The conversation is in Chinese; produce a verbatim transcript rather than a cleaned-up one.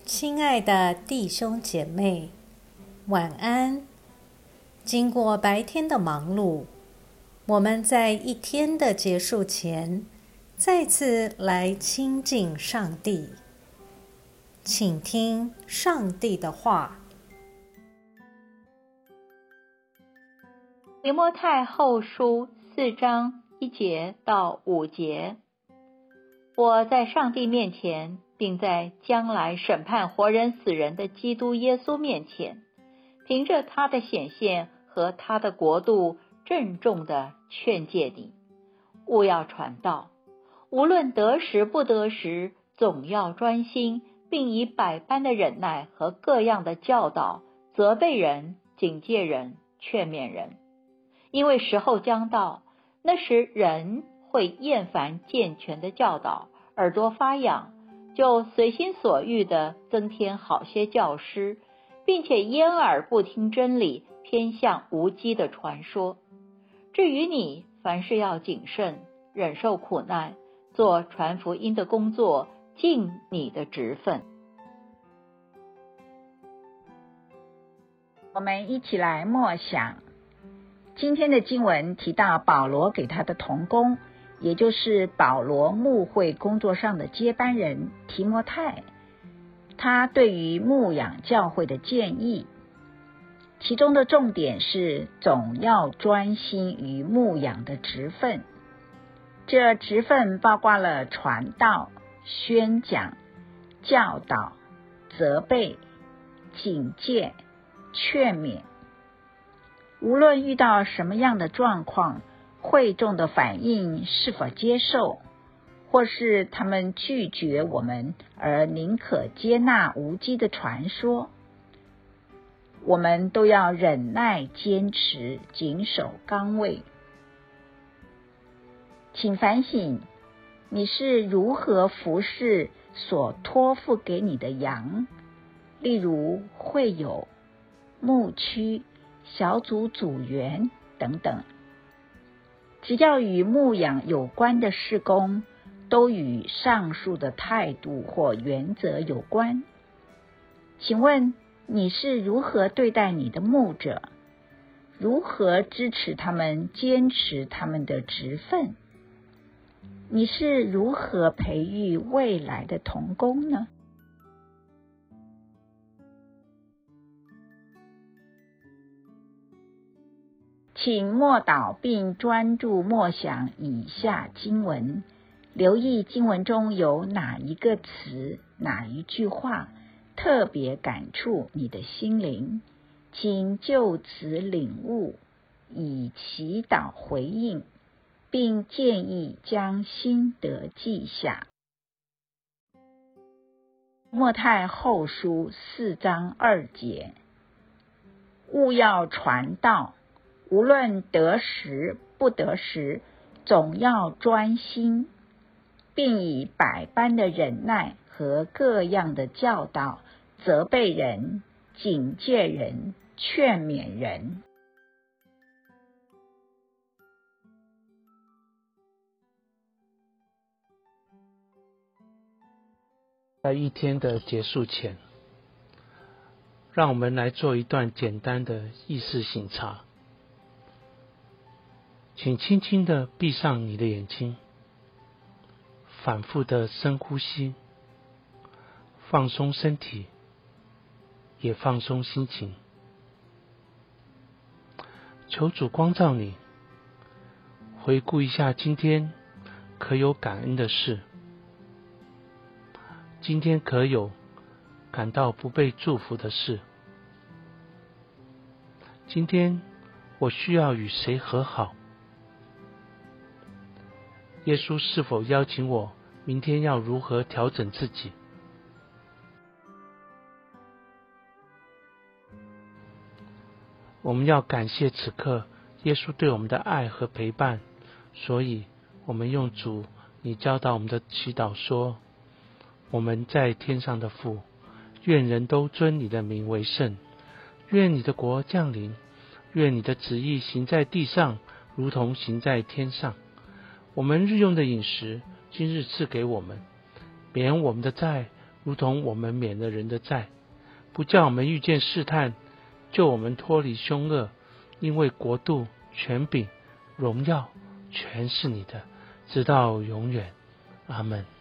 亲爱的弟兄姐妹，晚安。经过白天的忙碌，我们在一天的结束前，再次来亲近上帝。请听上帝的话。 提摩太后书四章一节到五节，我在上帝面前，并在将来审判活人死人的基督耶稣面前，凭着他的显现和他的国度，郑重地劝诫你，务要传道，无论得时不得时，总要专心，并以百般的忍耐和各样的教导，责备人、警戒人、劝勉人。因为时候将到，那时人会厌烦健全的教导，耳朵发痒，就随心所欲地增添好些教师，并且掩耳不听真理，偏向无稽的传说。至于你，凡事要谨慎，忍受苦难，做传福音的工作，尽你的职分。 我们一起来默想。今天的经文提到保罗给他的同工，也就是保罗牧会工作上的接班人提摩太，他对于牧养教会的建议，其中的重点是总要专心于牧养的职分。这职分包括了传道、宣讲、教导、责备、警戒、劝勉。无论遇到什么样的状况，会众的反应是否接受，或是他们拒绝我们而宁可接纳无稽的传说，我们都要忍耐坚持，谨守岗位。请反省，你是如何服侍所托付给你的羊，例如会友、牧区、小组组员等等。只要与牧养有关的事工，都与上述的态度或原则有关。请问你是如何对待你的牧者？如何支持他们坚持他们的职分？你是如何培育未来的同工呢？请默祷并专注默想以下经文，留意经文中有哪一个词、哪一句话特别感触你的心灵，请就此领悟，以祈祷回应，并建议将心得记下。默太后书四章二节，务要传道，无论得时不得时，总要专心，并以百般的忍耐和各样的教导，责备人、警戒人、劝勉人。 在一天的结束前，让我们来做一段简单的意识省察。请轻轻地闭上你的眼睛，反复的深呼吸，放松身体，也放松心情。求主光照你，回顾一下今天可有感恩的事，今天可有感到不被祝福的事，今天我需要与谁和好？耶稣是否邀请我明天要如何调整自己？我们要感谢此刻耶稣对我们的爱和陪伴，所以我们用主你教导我们的祈祷说，我们在天上的父，愿人都尊你的名为圣，愿你的国降临，愿你的旨意行在地上，如同行在天上。我们日用的饮食，今日赐给我们，免我们的债， 如同我们免了人的债，不叫我们遇见试探，救我们脱离凶恶，因为国度、权柄、荣耀全是你的，直到永远。阿们。